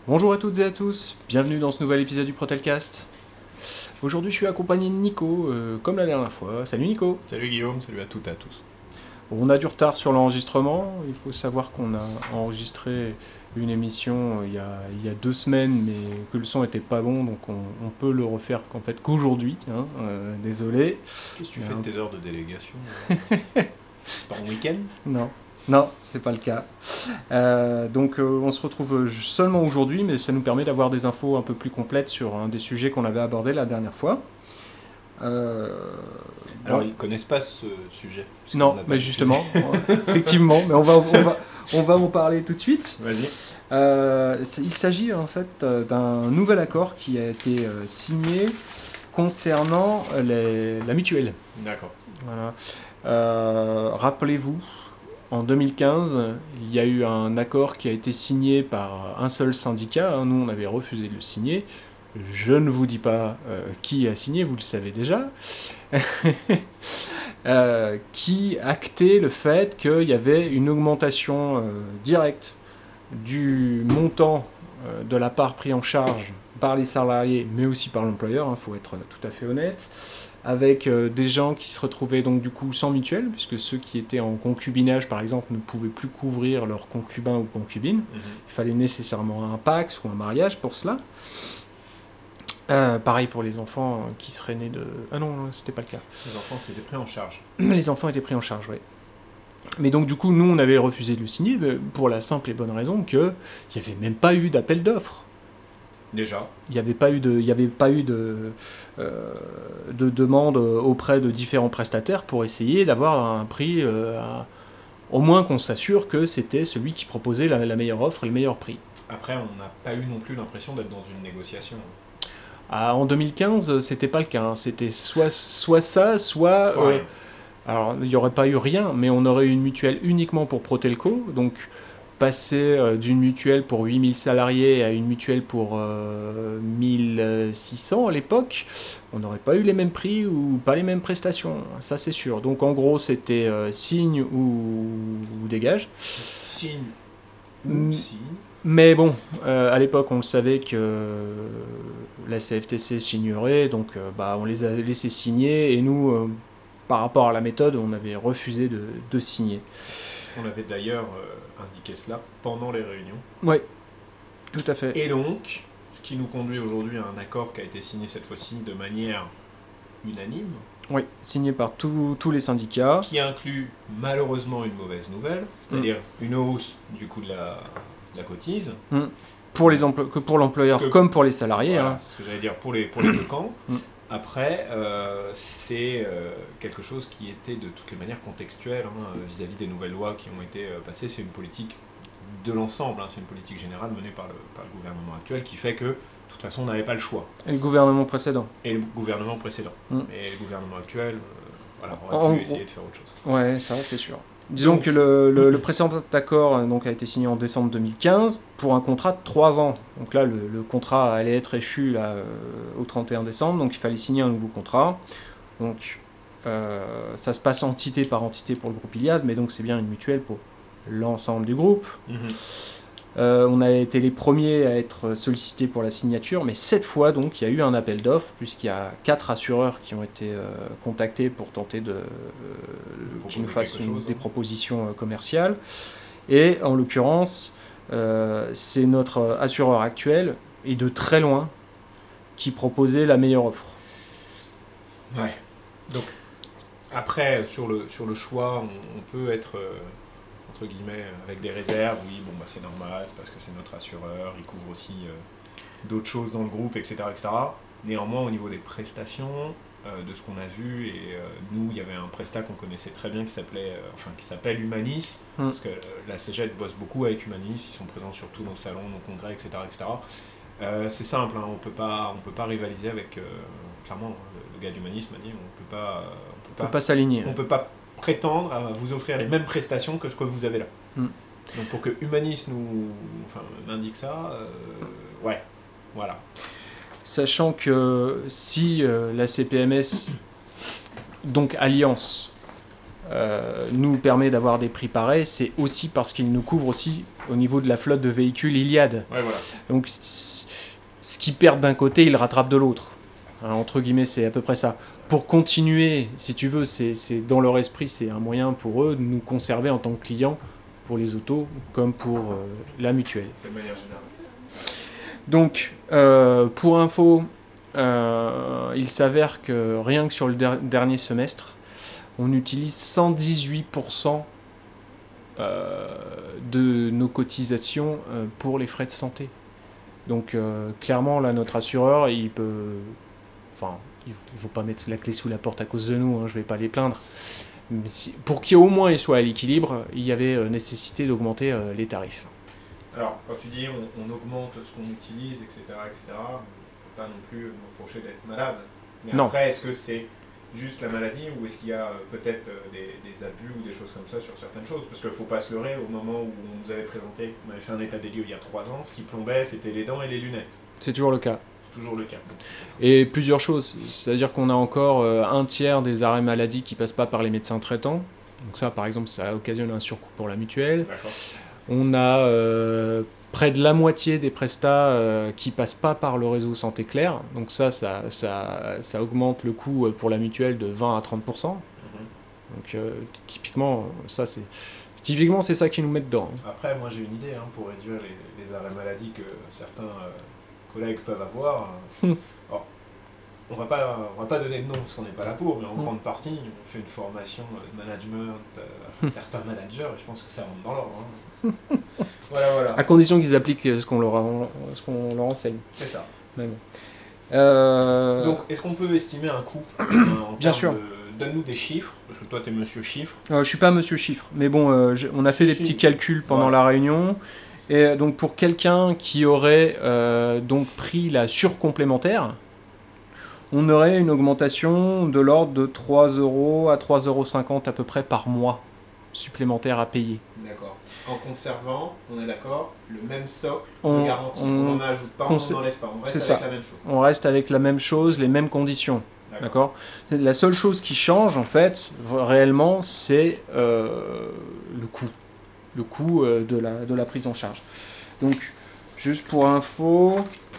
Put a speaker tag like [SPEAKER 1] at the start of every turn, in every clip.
[SPEAKER 1] Bonjour à toutes et à tous, bienvenue dans ce nouvel épisode du Protelcast. Aujourd'hui je suis accompagné de Nico, comme la dernière fois. Salut Nico.
[SPEAKER 2] Salut Guillaume, salut à toutes et à tous.
[SPEAKER 1] On a du retard sur l'enregistrement, il faut savoir qu'on a enregistré une émission il y a 2 semaines, mais que le son était pas bon, donc on peut le refaire qu'aujourd'hui, désolé.
[SPEAKER 2] Qu'est-ce que tu fais de tes heures de délégation Pas en week-end?
[SPEAKER 1] Non, c'est pas le cas. Donc on se retrouve seulement aujourd'hui, mais ça nous permet d'avoir des infos un peu plus complètes sur un des sujets qu'on avait abordés la dernière fois.
[SPEAKER 2] Alors ils connaissent pas ce sujet.
[SPEAKER 1] Non, mais justement, effectivement, mais on va en parler tout de suite.
[SPEAKER 2] Vas-y.
[SPEAKER 1] Il s'agit en fait d'un nouvel accord qui a été signé concernant la mutuelle.
[SPEAKER 2] D'accord.
[SPEAKER 1] Voilà. Rappelez-vous, en 2015, il y a eu un accord qui a été signé par un seul syndicat. Nous, on avait refusé de le signer. Je ne vous dis pas qui a signé, vous le savez déjà. Qui actait le fait qu'il y avait une augmentation directe du montant de la part pris en charge par les salariés, mais aussi par l'employeur, il faut être tout à fait honnête, avec des gens qui se retrouvaient donc du coup sans mutuelle, puisque ceux qui étaient en concubinage par exemple ne pouvaient plus couvrir leurs concubins ou concubines. Il fallait nécessairement un Pacs ou un mariage pour cela. Pareil pour les enfants qui seraient nés de... Ah non, c'était pas le cas.
[SPEAKER 2] Les enfants c'était pris en charge.
[SPEAKER 1] Les enfants étaient pris en charge, oui. Mais donc du coup, nous, on avait refusé de le signer pour la simple et bonne raison qu'il n'y avait même pas eu d'appel d'offres.
[SPEAKER 2] Déjà.
[SPEAKER 1] Il n'y avait pas eu de demande auprès de différents prestataires pour essayer d'avoir un prix, au moins qu'on s'assure que c'était celui qui proposait la meilleure offre et le meilleur prix.
[SPEAKER 2] Après, on n'a pas eu non plus l'impression d'être dans une négociation.
[SPEAKER 1] En 2015, c'était pas le cas. C'était soit ça, soit... alors, il n'y aurait pas eu rien, mais on aurait eu une mutuelle uniquement pour Protelco. Donc, passer d'une mutuelle pour 8000 salariés à une mutuelle pour 1600 à l'époque, on n'aurait pas eu les mêmes prix ou pas les mêmes prestations. Ça, c'est sûr. Donc, en gros, c'était signe ou dégage.
[SPEAKER 2] Signe ou signe.
[SPEAKER 1] Mais bon, à l'époque, on le savait que la CFTC signerait, donc on les a laissés signer, et nous, par rapport à la méthode, on avait refusé de signer.
[SPEAKER 2] On avait d'ailleurs indiqué cela pendant les réunions.
[SPEAKER 1] Oui, tout à fait.
[SPEAKER 2] Et donc, ce qui nous conduit aujourd'hui à un accord qui a été signé cette fois-ci de manière unanime.
[SPEAKER 1] Oui, signé par tous les syndicats.
[SPEAKER 2] Qui inclut malheureusement une mauvaise nouvelle, c'est-à-dire une hausse du coût de la cotise.
[SPEAKER 1] Pour l'employeur comme pour les salariés.
[SPEAKER 2] Voilà, c'est ce que j'allais dire pour les deux camps. Après, c'est quelque chose qui était de toutes les manières contextuel vis-à-vis des nouvelles lois qui ont été passées. C'est une politique de l'ensemble, c'est une politique générale menée par le gouvernement actuel qui fait que, de toute façon, on n'avait pas le choix.
[SPEAKER 1] Et le gouvernement précédent.
[SPEAKER 2] Et le gouvernement précédent. Et le gouvernement actuel, aurait pu essayer de faire autre chose.
[SPEAKER 1] Ouais, ça c'est sûr. Disons que le précédent accord a été signé en décembre 2015 pour un contrat de 3 ans. Donc là, le contrat allait être échu au 31 décembre, donc il fallait signer un nouveau contrat. Donc ça se passe entité par entité pour le groupe Iliad, mais donc c'est bien une mutuelle pour l'ensemble du groupe. On a été les premiers à être sollicités pour la signature, mais cette fois, donc, il y a eu un appel d'offres, puisqu'il y a 4 assureurs qui ont été contactés pour tenter qu'ils nous fassent des propositions commerciales. Et en l'occurrence, c'est notre assureur actuel, et de très loin, qui proposait la meilleure offre.
[SPEAKER 2] Ouais. Donc, après, sur le choix, on peut être... entre guillemets, avec des réserves, oui, c'est normal, c'est parce que c'est notre assureur, il couvre aussi d'autres choses dans le groupe, etc., etc. Néanmoins, au niveau des prestations, de ce qu'on a vu, et nous, il y avait un prestat qu'on connaissait très bien qui s'appelle Humanis, parce que la CGET bosse beaucoup avec Humanis, ils sont présents sur tous nos salons, nos congrès, etc., etc. C'est simple, on peut pas rivaliser avec, clairement, le gars d'Humanis m'a dit, on peut pas s'aligner. On peut pas prétendre à vous offrir les mêmes prestations que ce que vous avez là. Donc pour que Humanis m'indique ça, voilà.
[SPEAKER 1] Sachant que si la CPMS, donc Alliance, nous permet d'avoir des prix pareils, c'est aussi parce qu'il nous couvre aussi au niveau de la flotte de véhicules Iliad.
[SPEAKER 2] Ouais, voilà.
[SPEAKER 1] Donc ce qu'ils perdent d'un côté, ils rattrapent de l'autre. Hein, entre guillemets, c'est à peu près ça. Pour continuer, si tu veux, c'est dans leur esprit, c'est un moyen pour eux de nous conserver en tant que clients pour les autos comme pour la mutuelle.
[SPEAKER 2] C'est de manière générale.
[SPEAKER 1] Donc, pour info, il s'avère que rien que sur le dernier semestre, on utilise 118% de nos cotisations pour les frais de santé. Donc, clairement, là, notre assureur, il peut... Enfin, il ne faut pas mettre la clé sous la porte à cause de nous, hein, je ne vais pas les plaindre. Mais pour qu'au moins il soit à l'équilibre, il y avait nécessité d'augmenter les tarifs.
[SPEAKER 2] Alors, quand tu dis on augmente ce qu'on utilise, etc., il ne faut pas non plus nous reprocher d'être malade. Mais
[SPEAKER 1] non.
[SPEAKER 2] Après, est-ce que c'est juste la maladie ou est-ce qu'il y a peut-être des abus ou des choses comme ça sur certaines choses? Parce qu'il ne faut pas se leurrer, au moment où on nous avait présenté, on avait fait un état des lieux il y a 3 ans, ce qui plombait, c'était les dents et les lunettes.
[SPEAKER 1] C'est toujours le cas.
[SPEAKER 2] C'est toujours le cas.
[SPEAKER 1] Et plusieurs choses. C'est-à-dire qu'on a encore un tiers des arrêts maladie qui ne passent pas par les médecins traitants. Donc ça, par exemple, ça occasionne un surcoût pour la mutuelle.
[SPEAKER 2] D'accord.
[SPEAKER 1] On a près de la moitié des prestats qui ne passent pas par le réseau Santé Claire. Donc ça augmente le coût pour la mutuelle de 20 à 30%. Donc typiquement, c'est ça qui nous met dedans.
[SPEAKER 2] Après, moi j'ai une idée pour réduire les arrêts maladie que certains collègues peuvent avoir. Alors, on va pas donner de nom parce qu'on n'est pas là pour, mais en grande partie, on fait une formation de management à certains managers et je pense que ça rentre dans l'ordre. Voilà.
[SPEAKER 1] À condition qu'ils appliquent ce qu'on leur enseigne.
[SPEAKER 2] C'est ça.
[SPEAKER 1] Mais bon.
[SPEAKER 2] Donc, est-ce qu'on peut estimer un coût
[SPEAKER 1] Bien sûr.
[SPEAKER 2] Donne-nous des chiffres, parce que toi, tu es monsieur chiffre.
[SPEAKER 1] Je suis pas monsieur chiffre, mais bon, on a fait des petits calculs pendant la réunion. Et donc, pour quelqu'un qui aurait donc pris la surcomplémentaire, on aurait une augmentation de l'ordre de 3 € à 3,50 € à peu près par mois supplémentaire à payer.
[SPEAKER 2] D'accord. En conservant, on est d'accord, le même socle de garantie. On n'en ajoute pas, on n'en enlève pas. On reste avec la même chose. On
[SPEAKER 1] reste avec la même chose, les mêmes conditions. D'accord. La seule chose qui change, en fait, réellement, c'est le coût. Le coût de la prise en charge. Donc, juste pour info,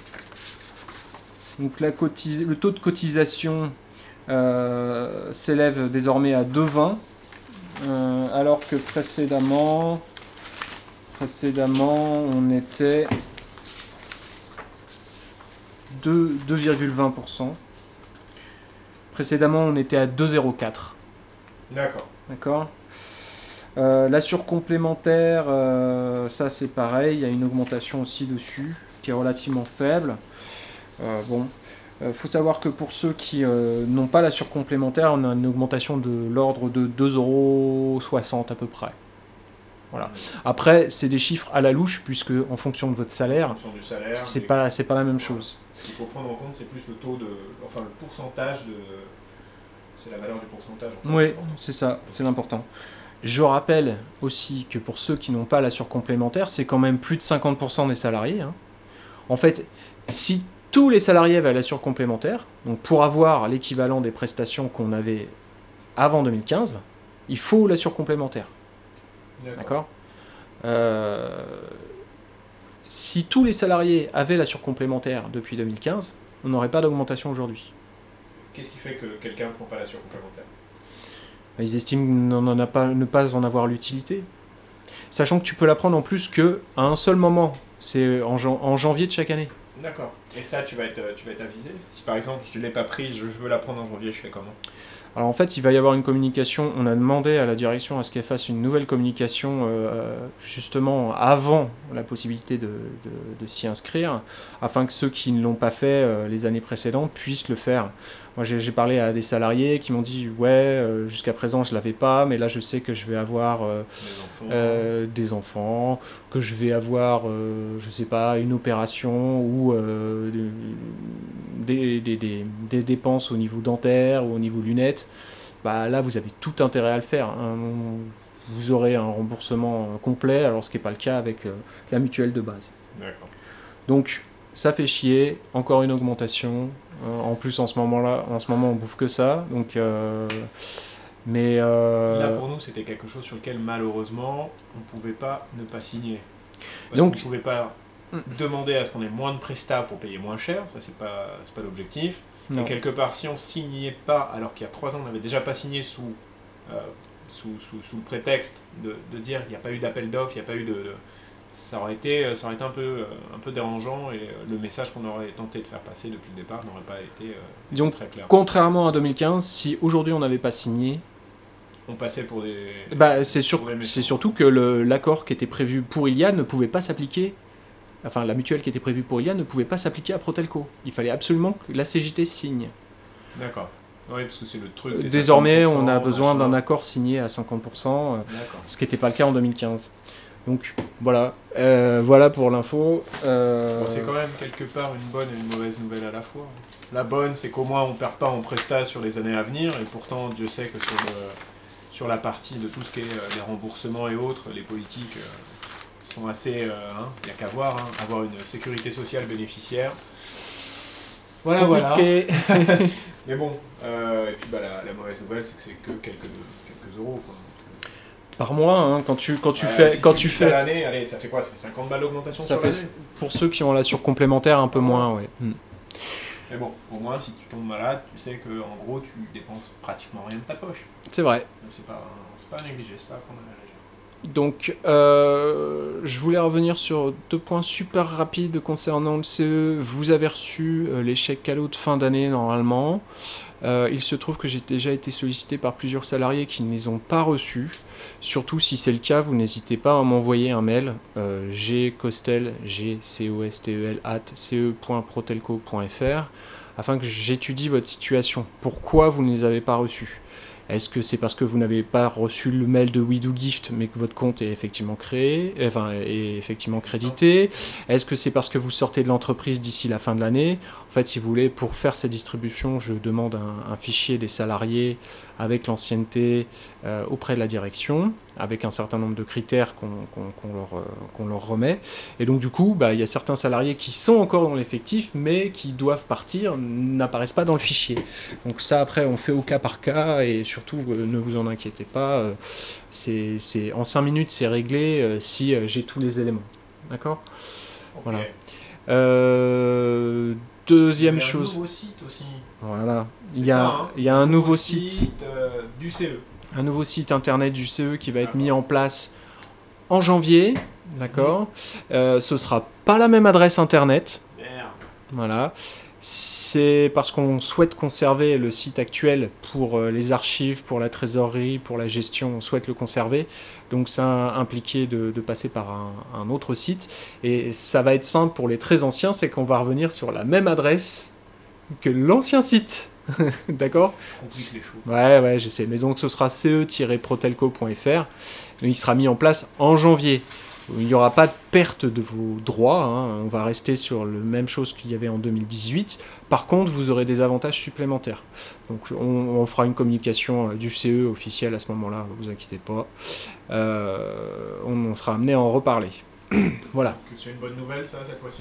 [SPEAKER 1] donc le taux de cotisation s'élève désormais à 2,20 alors que précédemment on était 2,20%. Précédemment on était à 2,04. D'accord. La surcomplémentaire, ça c'est pareil, il y a une augmentation aussi dessus qui est relativement faible. Faut savoir que pour ceux qui n'ont pas la surcomplémentaire, on a une augmentation de l'ordre de 2,60 € à peu près. Voilà. Après, c'est des chiffres à la louche, puisque en fonction de votre salaire, c'est pas la même chose.
[SPEAKER 2] Ce qu'il faut prendre en compte, c'est plus le taux le pourcentage de... C'est la valeur du pourcentage. En fait.
[SPEAKER 1] Oui, c'est ça, c'est l'important. Je rappelle aussi que pour ceux qui n'ont pas la surcomplémentaire, c'est quand même plus de 50% des salariés. Hein. En fait, si tous les salariés avaient la surcomplémentaire, donc pour avoir l'équivalent des prestations qu'on avait avant 2015, il faut la surcomplémentaire. D'accord. Si tous les salariés avaient la surcomplémentaire depuis 2015, on n'aurait pas d'augmentation aujourd'hui.
[SPEAKER 2] Qu'est-ce qui fait que quelqu'un ne prend pas la surcomplémentaire ?
[SPEAKER 1] Ils estiment ne pas en avoir l'utilité. Sachant que tu peux la prendre en plus qu'à un seul moment. C'est en janvier de chaque année.
[SPEAKER 2] D'accord. Et ça, tu vas être avisé ? Si par exemple, je ne l'ai pas prise, je veux la prendre en janvier, je fais comment ?
[SPEAKER 1] Alors en fait, il va y avoir une communication. On a demandé à la direction à ce qu'elle fasse une nouvelle communication justement avant la possibilité de s'y inscrire, afin que ceux qui ne l'ont pas fait les années précédentes puissent le faire. Moi, j'ai parlé à des salariés qui m'ont dit jusqu'à présent je l'avais pas, mais là je sais que je vais avoir des enfants, que je vais avoir je sais pas, une opération ou des dépenses au niveau dentaire ou au niveau lunettes. Bah là vous avez tout intérêt à le faire. Hein. Vous aurez un remboursement complet, alors ce qui n'est pas le cas avec la mutuelle de base.
[SPEAKER 2] D'accord.
[SPEAKER 1] Donc ça fait chier, encore une augmentation. En plus en ce moment on bouffe que ça, donc Mais
[SPEAKER 2] Là, pour nous, c'était quelque chose sur lequel, malheureusement, on ne pouvait pas ne pas signer. Parce qu'on ne pouvait pas demander à ce qu'on ait moins de prestats pour payer moins cher, ça, c'est pas l'objectif.
[SPEAKER 1] non.
[SPEAKER 2] Et quelque part, si on signait pas, alors qu'il y a 3 ans, on n'avait déjà pas signé sous le prétexte de dire qu'il n'y a pas eu d'appel d'offres, il n'y a pas eu ça aurait été un peu dérangeant, et le message qu'on aurait tenté de faire passer depuis le départ n'aurait pas été
[SPEAKER 1] Donc,
[SPEAKER 2] très clair.
[SPEAKER 1] Contrairement à 2015, si aujourd'hui on n'avait pas signé,
[SPEAKER 2] on passait pour des...
[SPEAKER 1] c'est surtout que l'accord qui était prévu pour Iliad ne pouvait pas s'appliquer, enfin la mutuelle qui était prévue pour Iliad ne pouvait pas s'appliquer à Protelco. Il fallait absolument que la CGT signe.
[SPEAKER 2] D'accord. Oui, parce que c'est le truc.
[SPEAKER 1] Désormais, on a besoin d'un accord signé à 50%, ce qui n'était pas le cas en 2015. Donc voilà, voilà pour l'info.
[SPEAKER 2] Bon, c'est quand même quelque part une bonne et une mauvaise nouvelle à la fois. La bonne, c'est qu'au moins on ne perd pas en prestat sur les années à venir, et pourtant Dieu sait que sur la partie de tout ce qui est les remboursements et autres, les politiques sont assez... Il n'y a qu'à voir, avoir une sécurité sociale bénéficiaire. Voilà. Mais bon, et puis la mauvaise nouvelle, c'est que c'est que quelques euros, quoi.
[SPEAKER 1] Par mois, quand tu fais
[SPEAKER 2] l'année, allez, ça fait quoi? Ça fait 50 balles d'augmentation sur l'année.
[SPEAKER 1] Pour ceux qui ont la surcomplémentaire, un peu moins, ouais.
[SPEAKER 2] Mais bon, au moins, si tu tombes malade, tu sais que en gros, tu dépenses pratiquement rien de ta poche.
[SPEAKER 1] C'est vrai.
[SPEAKER 2] C'est pas à négliger, c'est pas à prendre à la légère.
[SPEAKER 1] Donc, je voulais revenir sur 2 points super rapides concernant le CE. Vous avez reçu les chèques cadeaux de fin d'année normalement. Il se trouve que j'ai déjà été sollicité par plusieurs salariés qui ne les ont pas reçus. Surtout si c'est le cas, vous n'hésitez pas à m'envoyer un mail gcostel, ce.protelco.fr afin que j'étudie votre situation. Pourquoi vous ne les avez pas reçus ? Est-ce que c'est parce que vous n'avez pas reçu le mail de WeDoGift mais que votre compte est effectivement crédité ? Est-ce que c'est parce que vous sortez de l'entreprise d'ici la fin de l'année ? En fait, si vous voulez, pour faire cette distribution, je demande un fichier des salariés avec l'ancienneté auprès de la direction, avec un certain nombre de critères qu'on leur remet. Et donc du coup, il y a certains salariés qui sont encore dans l'effectif, mais qui doivent partir, n'apparaissent pas dans le fichier. Donc ça, après, on fait au cas par cas, et surtout, ne vous en inquiétez pas, en 5 minutes, c'est réglé si j'ai tous les éléments. D'accord ?
[SPEAKER 2] Okay.
[SPEAKER 1] Voilà. Deuxième chose.
[SPEAKER 2] Il y a un nouveau site aussi.
[SPEAKER 1] Voilà. Il y a un nouveau site
[SPEAKER 2] du CE.
[SPEAKER 1] Un nouveau site internet du CE qui va être mis en place en janvier. D'accord. Ce sera pas la même adresse internet.
[SPEAKER 2] Merde.
[SPEAKER 1] Voilà. C'est parce qu'on souhaite conserver le site actuel pour les archives, pour la trésorerie, pour la gestion, on souhaite le conserver. Donc ça a impliqué de passer par un autre site. Et ça va être simple pour les très anciens, c'est qu'on va revenir sur la même adresse que l'ancien site. D'accord ?
[SPEAKER 2] Je complique les choses.
[SPEAKER 1] Ouais, je sais. Mais donc ce sera ce-protelco.fr. Il sera mis en place en janvier. Il n'y aura pas de perte de vos droits, on va rester sur la même chose qu'il y avait en 2018. Par contre, vous aurez des avantages supplémentaires. Donc on fera une communication du CE officielle à ce moment-là, ne vous inquiétez pas. On sera amené à en reparler. Voilà.
[SPEAKER 2] C'est une bonne nouvelle ça, cette fois-ci ?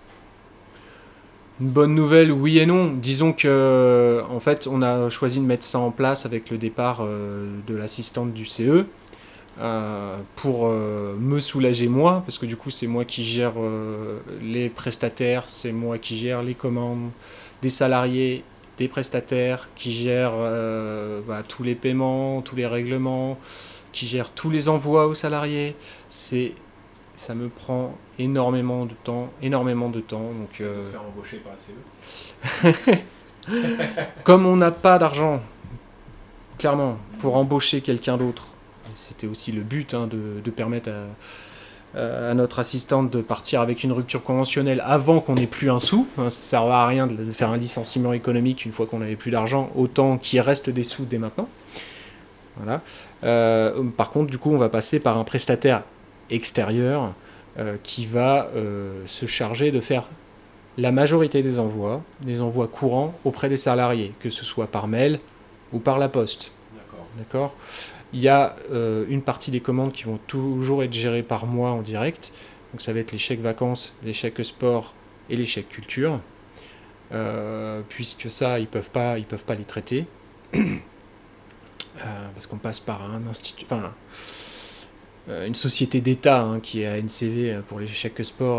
[SPEAKER 1] Une bonne nouvelle, oui et non. Disons que, en fait, on a choisi de mettre ça en place avec le départ de l'assistante du CE. Pour me soulager moi, parce que du coup c'est moi qui gère les prestataires, c'est moi qui gère les commandes des salariés, des prestataires, qui gère tous les paiements, tous les règlements, qui gère tous les envois aux salariés. Ça me prend énormément de temps. Donc,
[SPEAKER 2] faire embaucher par la CE.
[SPEAKER 1] Comme on n'a pas d'argent, clairement, pour embaucher quelqu'un d'autre, c'était aussi le but de permettre à notre assistante de partir avec une rupture conventionnelle avant qu'on n'ait plus un sou. Ça ne servait à rien de faire un licenciement économique une fois qu'on n'avait plus d'argent, autant qu'il reste des sous dès maintenant. Voilà. Par contre, du coup, on va passer par un prestataire extérieur qui va se charger de faire la majorité des envois courants auprès des salariés, que ce soit par mail ou par la poste. D'accord. Il y a une partie des commandes qui vont toujours être gérées par moi en direct. Donc ça va être les chèques vacances, les chèques sport et les chèques culture. Puisque ça, ils peuvent pas les traiter. parce qu'on passe par un institut, enfin une société d'État hein, qui est ANCV pour les chèques sport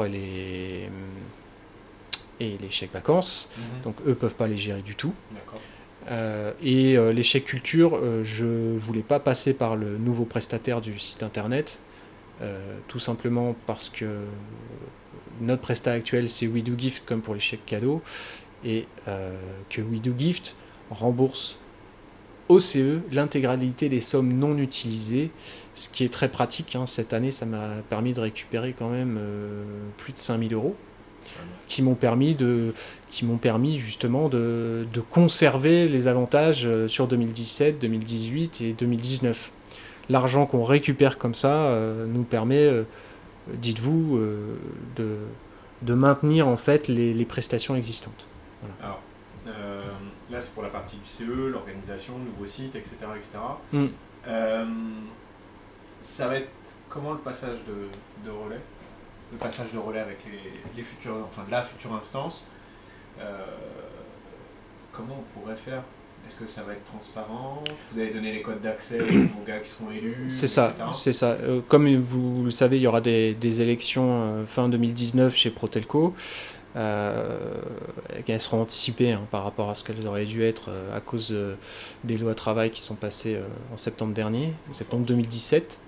[SPEAKER 1] et les chèques vacances. Donc eux peuvent pas les gérer du tout.
[SPEAKER 2] D'accord.
[SPEAKER 1] Les chèques culture, je voulais pas passer par le nouveau prestataire du site internet, tout simplement parce que notre prestat actuel c'est We Do Gift comme pour les chèques cadeaux, et que We Do Gift rembourse au CE l'intégralité des sommes non utilisées, ce qui est très pratique. Hein. Cette année, ça m'a permis de récupérer quand même plus de 5 000 euros qui m'ont permis justement de conserver les avantages sur 2017, 2018 et 2019. L'argent qu'on récupère comme ça nous permet, dites-vous, de maintenir en fait les prestations existantes. Voilà.
[SPEAKER 2] Alors, là c'est pour la partie du CE, l'organisation, le nouveau site, etc. Ça va être comment le passage de relais? Le passage de relais avec les futures, enfin la future instance, comment on pourrait faire? Est-ce que ça va être transparent? Vous allez donner les codes d'accès aux nouveaux gars qui seront élus?
[SPEAKER 1] C'est ça,
[SPEAKER 2] etc.
[SPEAKER 1] c'est ça. Comme vous le savez, il y aura des élections fin 2019 chez Protelco. Elles seront anticipées hein, par rapport à ce qu'elles auraient dû être à cause des lois travail qui sont passées en septembre dernier, en septembre 2017.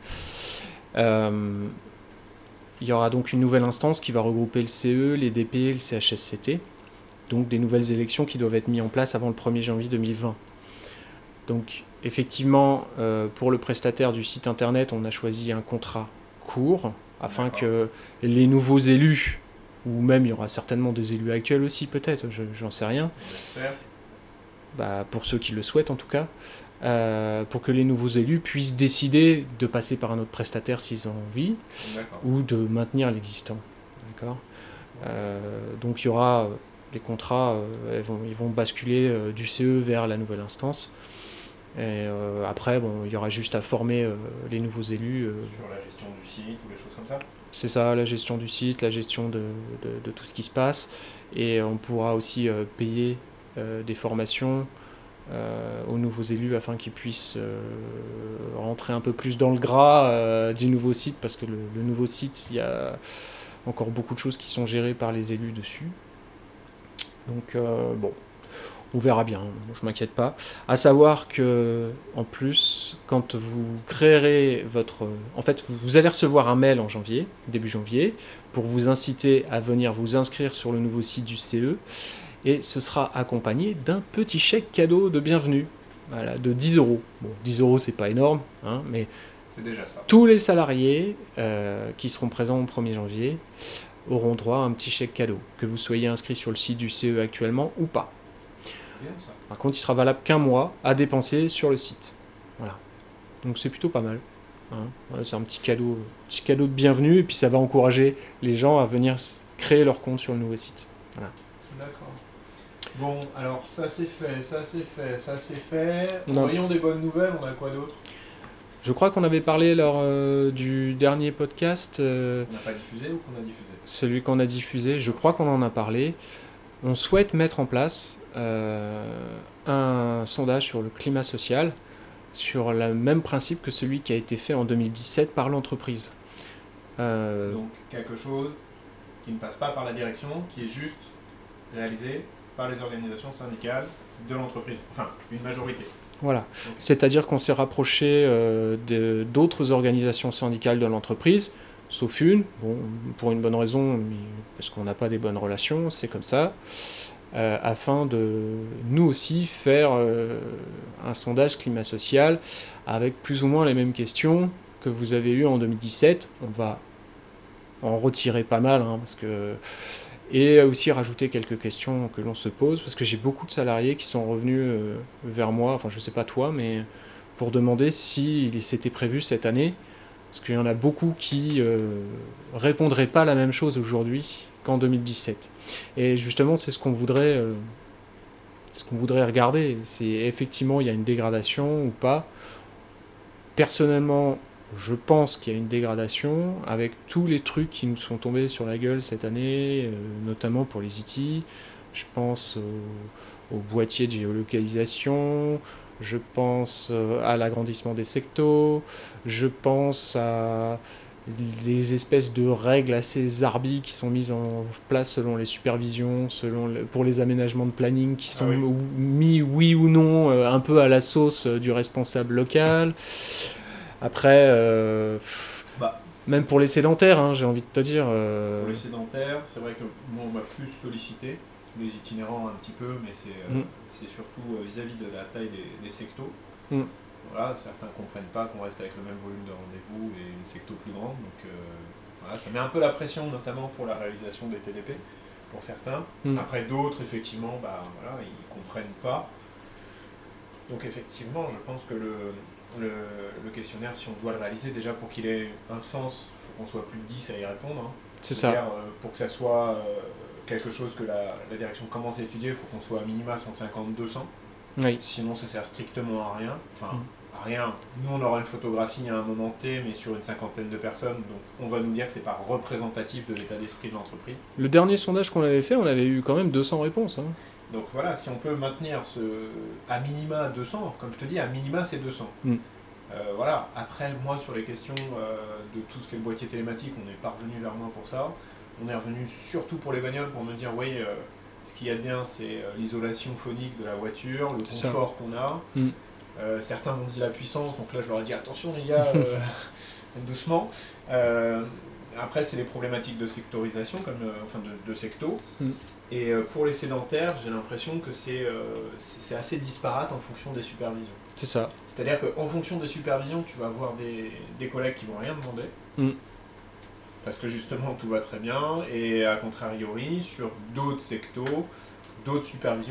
[SPEAKER 1] Il y aura donc une nouvelle instance qui va regrouper le CE, les DP, le CHSCT, donc des nouvelles élections qui doivent être mises en place avant le 1er janvier 2020. Donc effectivement, pour le prestataire du site internet, on a choisi un contrat court afin que les nouveaux élus, ou même il y aura certainement des élus actuels aussi peut-être, j'en sais rien, pour ceux qui le souhaitent en tout cas, pour que les nouveaux élus puissent décider de passer par un autre prestataire s'ils ont envie, ou de maintenir l'existant. D'accord. Donc il y aura les contrats, ils vont basculer du CE vers la nouvelle instance. Et après, il y aura juste à former les nouveaux élus.
[SPEAKER 2] Sur la gestion du site ou les choses comme ça?
[SPEAKER 1] C'est ça, la gestion du site, la gestion de tout ce qui se passe. Et on pourra aussi payer des formations aux nouveaux élus afin qu'ils puissent rentrer un peu plus dans le gras du nouveau site, parce que le nouveau site, il y a encore beaucoup de choses qui sont gérées par les élus dessus. Donc on verra bien, je m'inquiète pas. À savoir que, en plus, quand vous créerez en fait, vous allez recevoir un mail en janvier, début janvier, pour vous inciter à venir vous inscrire sur le nouveau site du CE. Et ce sera accompagné d'un petit chèque cadeau de bienvenue, voilà, de 10 euros. Bon, 10 euros, c'est pas énorme, hein, mais
[SPEAKER 2] c'est déjà ça.
[SPEAKER 1] Tous les salariés qui seront présents au 1er janvier auront droit à un petit chèque cadeau, que vous soyez inscrit sur le site du CE actuellement ou pas.
[SPEAKER 2] Bien, ça.
[SPEAKER 1] Par contre, il sera valable qu'un mois à dépenser sur le site. Voilà. Donc c'est plutôt pas mal. Hein. Ouais, c'est un petit cadeau de bienvenue, et puis ça va encourager les gens à venir créer leur compte sur le nouveau site. Voilà.
[SPEAKER 2] D'accord. Bon, alors ça c'est fait. Voyons des bonnes nouvelles, on a quoi d'autre?
[SPEAKER 1] Je crois qu'on avait parlé lors du dernier podcast.
[SPEAKER 2] On n'a pas diffusé ou qu'on a diffusé?
[SPEAKER 1] Celui qu'on a diffusé, je crois qu'on en a parlé. On souhaite mettre en place un sondage sur le climat social, sur le même principe que celui qui a été fait en 2017 par l'entreprise.
[SPEAKER 2] Donc quelque chose qui ne passe pas par la direction, qui est juste réalisé par les organisations syndicales de l'entreprise, enfin une majorité.
[SPEAKER 1] Voilà, okay. C'est-à-dire qu'on s'est rapproché d'autres organisations syndicales de l'entreprise, sauf une, bon, pour une bonne raison, mais parce qu'on n'a pas des bonnes relations, c'est comme ça, afin de nous aussi faire un sondage climat social avec plus ou moins les mêmes questions que vous avez eues en 2017. On va en retirer pas mal, hein, parce que... Et aussi rajouter quelques questions que l'on se pose, parce que j'ai beaucoup de salariés qui sont revenus vers moi, enfin je sais pas toi, mais pour demander si c'était prévu cette année, parce qu'il y en a beaucoup qui répondraient pas la même chose aujourd'hui qu'en 2017. Et justement, c'est ce qu'on voudrait regarder. C'est effectivement, il y a une dégradation ou pas. Personnellement, je pense qu'il y a une dégradation avec tous les trucs qui nous sont tombés sur la gueule cette année, notamment pour les IT. Je pense aux boîtiers de géolocalisation, je pense à l'agrandissement des sectos, je pense à les espèces de règles assez arbitres qui sont mises en place selon les supervisions, pour les aménagements de planning qui sont mis oui ou non un peu à la sauce du responsable local. Après, même pour les sédentaires, hein, j'ai envie de te dire.
[SPEAKER 2] Pour les sédentaires, c'est vrai que moi on m'a plus sollicité, les itinérants un petit peu, mais c'est surtout vis-à-vis de la taille des sectos. Voilà, certains ne comprennent pas qu'on reste avec le même volume de rendez-vous et une secto plus grande, donc voilà, ça met un peu la pression, notamment pour la réalisation des TDP, pour certains. Après d'autres, effectivement, voilà, ils ne comprennent pas. Donc effectivement, je pense que le questionnaire, si on doit le réaliser, déjà pour qu'il ait un sens, il faut qu'on soit plus de 10 à y répondre. Hein.
[SPEAKER 1] C'est ça.
[SPEAKER 2] Pour que ça soit quelque chose que la direction commence à étudier, il faut qu'on soit à minima 150-200.
[SPEAKER 1] Oui.
[SPEAKER 2] Sinon, ça sert strictement à rien. Enfin, à rien. Nous, on aura une photographie à un moment T, mais sur une cinquantaine de personnes. Donc, on va nous dire que c'est pas représentatif de l'état d'esprit de l'entreprise.
[SPEAKER 1] Le dernier sondage qu'on avait fait, on avait eu quand même 200 réponses. Hein.
[SPEAKER 2] Donc voilà, si on peut maintenir à minima 200, comme je te dis, à minima c'est 200. Voilà. Après, moi, sur les questions de tout ce qui est le boîtier télématique, on n'est pas revenu vers moi pour ça. On est revenu surtout pour les bagnoles pour me dire, oui, ce qu'il y a de bien, c'est l'isolation phonique de la voiture, le confort qu'on a. Certains m'ont dit la puissance, donc là je leur ai dit attention les gars, doucement. Après, c'est les problématiques de sectorisation, de secto. Et pour les sédentaires, j'ai l'impression que c'est assez disparate en fonction des supervisions.
[SPEAKER 1] C'est ça.
[SPEAKER 2] C'est-à-dire qu'en fonction des supervisions, tu vas avoir des collègues qui vont rien demander. Parce que justement, tout va très bien. Et à contrariori, sur d'autres sectos, d'autres supervisions,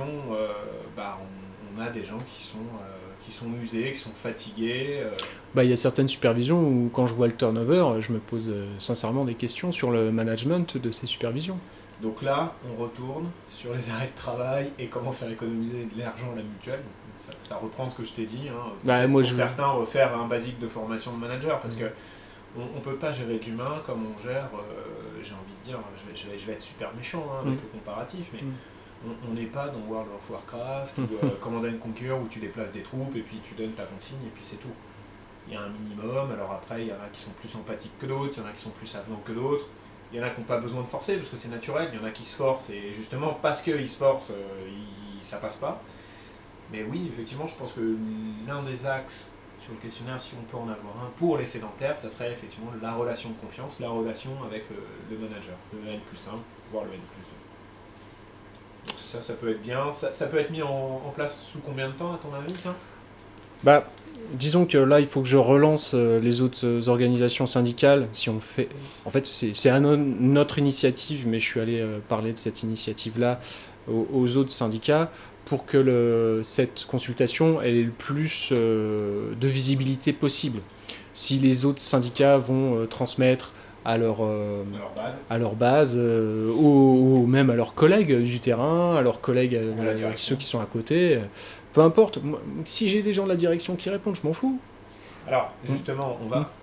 [SPEAKER 2] on a des gens qui sont usés, qui sont fatigués.
[SPEAKER 1] Il y a certaines supervisions où, quand je vois le turnover, je me pose sincèrement des questions sur le management de ces supervisions.
[SPEAKER 2] Donc là, on retourne sur les arrêts de travail et comment faire économiser de l'argent à la mutuelle. Ça reprend ce que je t'ai dit. Hein. Pour certains, refaire un basique de formation de manager, parce que on peut pas gérer de l'humain comme on gère, j'ai envie de dire, je vais être super méchant avec le comparatif, mais on n'est pas dans World of Warcraft ou Command & Conquer où tu déplaces des troupes et puis tu donnes ta consigne et puis c'est tout. Il y a un minimum, alors après il y en a qui sont plus empathiques que d'autres, il y en a qui sont plus avenants que d'autres. Il y en a qui n'ont pas besoin de forcer parce que c'est naturel, il y en a qui se forcent et justement parce qu'ils se forcent, ça passe pas. Mais oui, effectivement, je pense que l'un des axes sur le questionnaire, si on peut en avoir un pour les sédentaires, ça serait effectivement la relation de confiance, la relation avec le manager, le N+1, voire le N+2. Donc ça peut être bien. Ça peut être mis en place sous combien de temps, à ton avis, ça ?
[SPEAKER 1] Disons que là, il faut que je relance les autres organisations syndicales. Si on fait, en fait, c'est à notre initiative, mais je suis allé parler de cette initiative-là aux autres syndicats pour que cette consultation ait le plus de visibilité possible. Si les autres syndicats vont transmettre à leur base, ou même à leurs collègues du terrain, à leurs collègues, ceux qui sont à côté. Peu importe, moi, si j'ai des gens de la direction qui répondent, je m'en fous.
[SPEAKER 2] Alors, justement,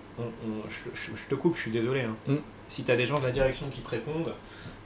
[SPEAKER 2] je te coupe, je suis désolé. Hein. Si tu as des gens de la direction qui te répondent,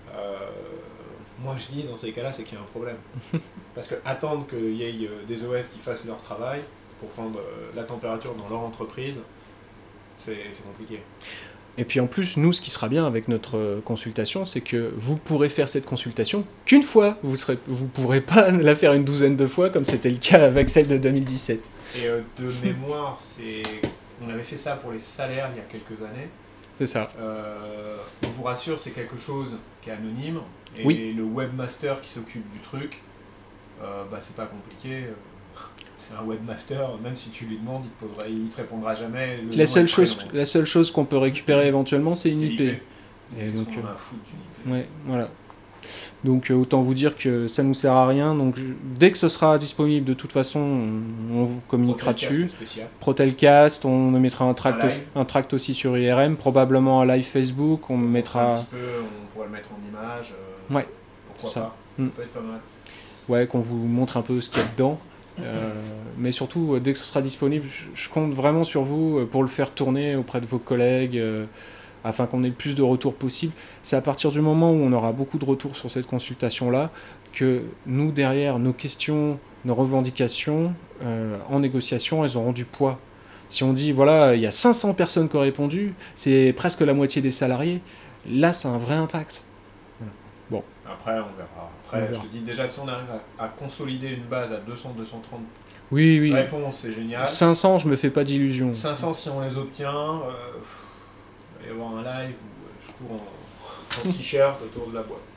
[SPEAKER 2] moi je dis dans ces cas-là, c'est qu'il y a un problème. Parce que attendre qu'il y ait des OS qui fassent leur travail pour prendre la température dans leur entreprise, c'est compliqué.
[SPEAKER 1] Et puis en plus, nous, ce qui sera bien avec notre consultation, c'est que vous pourrez faire cette consultation qu'une fois. Vous ne pourrez pas la faire une douzaine de fois, comme c'était le cas avec celle de 2017.
[SPEAKER 2] Et de mémoire, on avait fait ça pour les salaires il y a quelques années.
[SPEAKER 1] C'est ça.
[SPEAKER 2] On vous rassure, c'est quelque chose qui est anonyme. Et
[SPEAKER 1] oui.
[SPEAKER 2] Le webmaster qui s'occupe du truc, c'est pas compliqué. C'est un webmaster, même si tu lui demandes, il te répondra jamais.
[SPEAKER 1] La seule chose qu'on peut récupérer éventuellement, c'est une IP.
[SPEAKER 2] Et donc, on a un foot d'une IP.
[SPEAKER 1] Ouais, voilà. Donc autant vous dire que ça nous sert à rien. Donc dès que ce sera disponible, de toute façon, on vous communiquera dessus. Protelcast, on mettra un tract aussi sur IRM, probablement un live Facebook. On mettra.
[SPEAKER 2] Un petit peu, on pourra le mettre en image.
[SPEAKER 1] Ouais.
[SPEAKER 2] Pourquoi ça. Ça peut être pas mal.
[SPEAKER 1] Ouais, qu'on vous montre un peu ce qu'il y a dedans. Mais surtout, dès que ce sera disponible, je compte vraiment sur vous pour le faire tourner auprès de vos collègues, afin qu'on ait le plus de retours possible. C'est à partir du moment où on aura beaucoup de retours sur cette consultation-là que nous, derrière, nos questions nos revendications en négociation, elles auront du poids. Si on dit, voilà, il y a 500 personnes qui ont répondu, c'est presque la moitié des salariés, là, c'est un vrai impact. Voilà. Bon.
[SPEAKER 2] Après, on verra. Après, je te dis, déjà, si on arrive à consolider une base à 200-230
[SPEAKER 1] oui.
[SPEAKER 2] réponses, c'est génial.
[SPEAKER 1] 500, je me fais pas d'illusions.
[SPEAKER 2] 500, si on les obtient, il va y avoir un live où je cours en t-shirt autour de la boîte.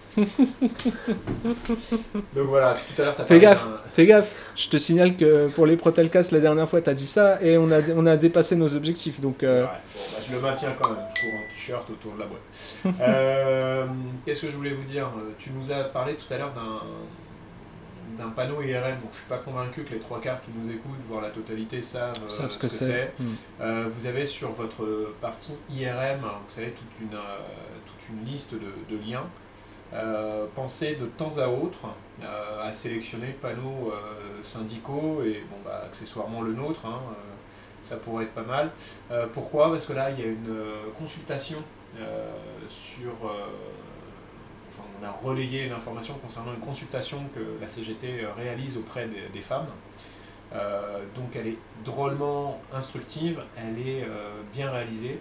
[SPEAKER 2] Donc voilà, tout à l'heure, tu as parlé
[SPEAKER 1] Fais gaffe. Je te signale que pour les Protelcast, la dernière fois, tu as dit ça et on a dépassé nos objectifs. Donc,
[SPEAKER 2] Bon, je le maintiens quand même. Je cours en t-shirt autour de la boîte. Qu'est-ce que je voulais vous dire? Tu nous as parlé tout à l'heure d'un panneau IRM. Donc, je suis pas convaincu que les 3/4 qui nous écoutent, voire la totalité, savent ce que c'est. Vous avez sur votre partie IRM, vous savez, toute une liste de liens. Pensez de temps à autre à sélectionner panneaux syndicaux et accessoirement le nôtre, ça pourrait être pas mal. Pourquoi? Parce que là il y a une consultation on a relayé une information concernant une consultation que la CGT réalise auprès des femmes. Donc elle est drôlement instructive, elle est bien réalisée.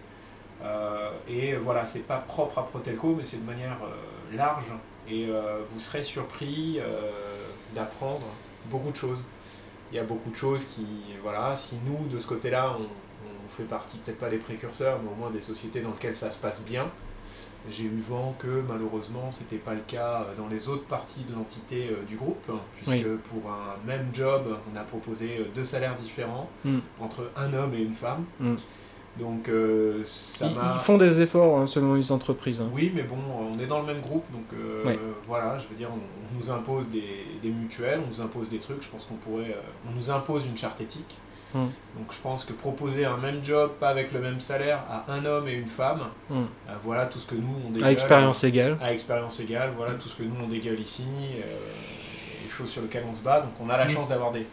[SPEAKER 2] Et voilà, c'est pas propre à Protelco, mais c'est de manière large. Et vous serez surpris d'apprendre beaucoup de choses. Il y a beaucoup de choses qui, voilà, si nous, de ce côté-là, on fait partie, peut-être pas des précurseurs, mais au moins des sociétés dans lesquelles ça se passe bien. J'ai eu vent que malheureusement, c'était pas le cas dans les autres parties de l'entité du groupe, puisque pour un même job, on a proposé 2 salaires différents entre un homme et une femme. Donc ils
[SPEAKER 1] font des efforts selon les entreprises.
[SPEAKER 2] Oui, mais bon, on est dans le même groupe, donc voilà, je veux dire, on nous impose des mutuelles, on nous impose des trucs, je pense on nous impose une charte éthique. Donc je pense que proposer un même job, pas avec le même salaire, à un homme et une femme, voilà tout ce que nous on dégueule.
[SPEAKER 1] À expérience égale.
[SPEAKER 2] À expérience égale, voilà tout ce que nous on dégueule ici, les choses sur lesquelles on se bat. Donc on a la chance d'avoir des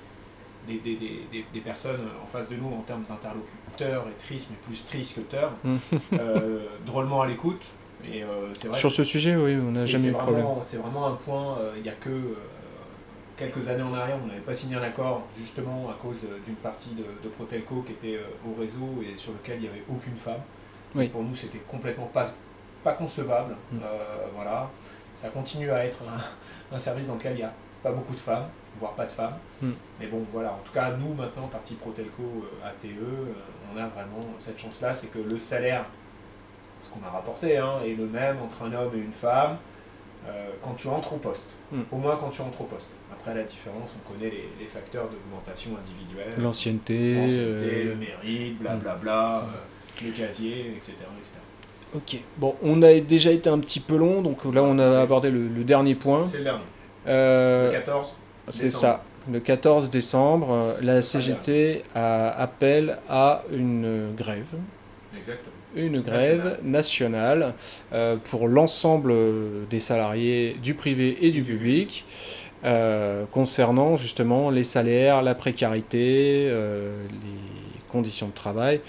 [SPEAKER 2] personnes en face de nous en termes d'interlocuteurs et tristes, mais plus tristes que teurs, drôlement à l'écoute. Et, c'est vrai
[SPEAKER 1] sur ce sujet, oui, on n'a jamais eu de problème.
[SPEAKER 2] C'est vraiment un point, il n'y a que quelques années en arrière, on n'avait pas signé un accord justement à cause d'une partie de Protelco qui était au réseau et sur lequel il n'y avait aucune femme. Oui. Pour nous, c'était complètement pas concevable. Voilà. Ça continue à être un service dans lequel il n'y a pas beaucoup de femmes, voire pas de femmes. Mais bon, voilà. En tout cas, nous, maintenant, partie Protelco ATE, on a vraiment cette chance-là, c'est que le salaire, ce qu'on a rapporté, est le même entre un homme et une femme. Quand tu entres au poste, au moins quand tu entres au poste. Après la différence, on connaît les facteurs d'augmentation individuelle,
[SPEAKER 1] l'ancienneté,
[SPEAKER 2] le mérite, blablabla, le casier, etc., etc.
[SPEAKER 1] Ok, bon, on a déjà été un petit peu long, donc là on a abordé le dernier point.
[SPEAKER 2] C'est le dernier. Le 14
[SPEAKER 1] c'est
[SPEAKER 2] décembre.
[SPEAKER 1] ça, le 14 décembre, la CGT appelle à une grève.
[SPEAKER 2] Exactement.
[SPEAKER 1] Une grève nationale pour l'ensemble des salariés du privé et du public concernant justement les salaires, la précarité, les conditions de travail,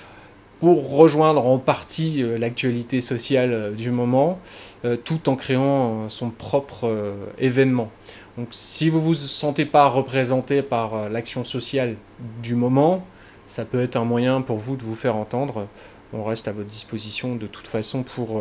[SPEAKER 1] pour rejoindre en partie l'actualité sociale du moment, tout en créant son propre événement. Donc si vous ne vous sentez pas représenté par l'action sociale du moment, ça peut être un moyen pour vous de vous faire entendre. On reste à votre disposition de toute façon pour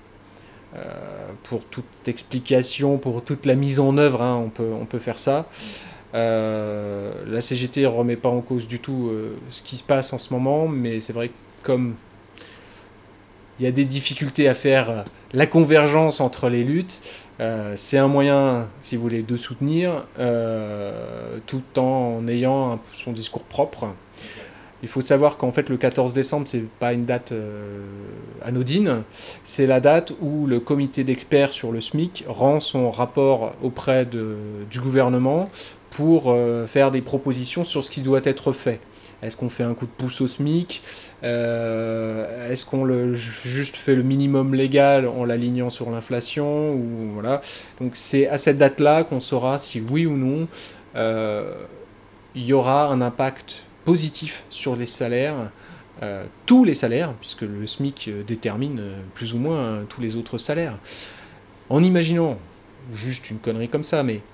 [SPEAKER 1] toute explication, pour toute la mise en œuvre, on peut faire ça. La CGT ne remet pas en cause du tout ce qui se passe en ce moment, mais c'est vrai que comme il y a des difficultés à faire la convergence entre les luttes, c'est un moyen, si vous voulez, de soutenir tout en ayant son discours propre. Il faut savoir qu'en fait le 14 décembre, c'est pas une date anodine, c'est la date où le comité d'experts sur le SMIC rend son rapport auprès du gouvernement pour faire des propositions sur ce qui doit être fait. Est-ce qu'on fait un coup de pouce au SMIC ? Est-ce qu'on juste fait le minimum légal en l'alignant sur l'inflation ou, voilà. Donc c'est à cette date-là qu'on saura si oui ou non il y aura un impact positif sur les salaires, tous les salaires, puisque le SMIC détermine plus ou moins tous les autres salaires. En imaginant, juste une connerie comme ça, mais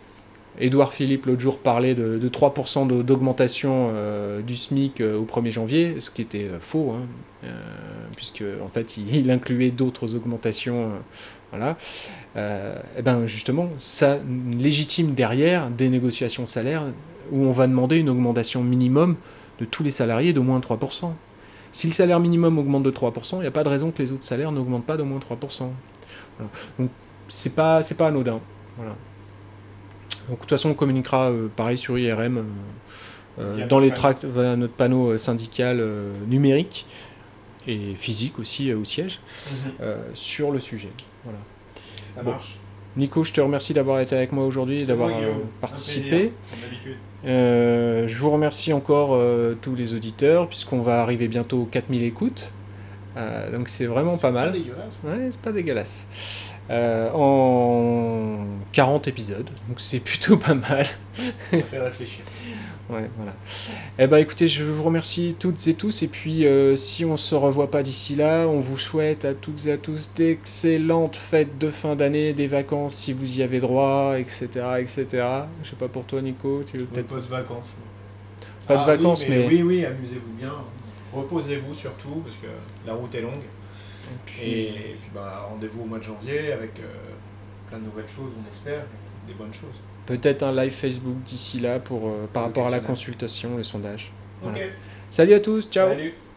[SPEAKER 1] Édouard Philippe l'autre jour parlait de 3% d'augmentation du SMIC au 1er janvier, ce qui était faux, hein, puisque en fait il incluait d'autres augmentations. Voilà. Et ben justement, ça légitime derrière des négociations salaires où on va demander une augmentation minimum de tous les salariés d'au moins 3%. Si le salaire minimum augmente de 3%, il n'y a pas de raison que les autres salaires n'augmentent pas d'au moins 3%. Voilà. Donc c'est pas anodin. Voilà. Donc de toute façon on communiquera pareil sur IRM dans les tracts, voilà, notre panneau syndical numérique et physique aussi au siège sur le sujet. Voilà.
[SPEAKER 2] Ça marche.
[SPEAKER 1] Nico, je te remercie d'avoir été avec moi aujourd'hui et d'avoir participé.
[SPEAKER 2] Plaisir,
[SPEAKER 1] je vous remercie encore tous les auditeurs, puisqu'on va arriver bientôt aux 4000 écoutes. Donc c'est vraiment pas mal.
[SPEAKER 2] C'est pas dégueulasse.
[SPEAKER 1] Ouais, c'est pas dégueulasse. En 40 épisodes, donc c'est plutôt pas mal.
[SPEAKER 2] Ça fait réfléchir.
[SPEAKER 1] Ouais, voilà. Eh ben, écoutez, je vous remercie toutes et tous. Et puis, si on se revoit pas d'ici là, on vous souhaite à toutes et à tous d'excellentes fêtes de fin d'année, des vacances si vous y avez droit, etc., etc. Je sais pas pour toi, Nico, tu veux peut-être
[SPEAKER 2] Pas de vacances.
[SPEAKER 1] pas de vacances, mais
[SPEAKER 2] oui, amusez-vous bien. Reposez-vous surtout parce que la route est longue. Et puis rendez-vous au mois de janvier avec plein de nouvelles choses, on espère, et des bonnes choses.
[SPEAKER 1] Peut-être un live Facebook d'ici là par rapport à la consultation, les sondages. Voilà.
[SPEAKER 2] Ok.
[SPEAKER 1] Salut à tous, ciao.
[SPEAKER 2] Salut.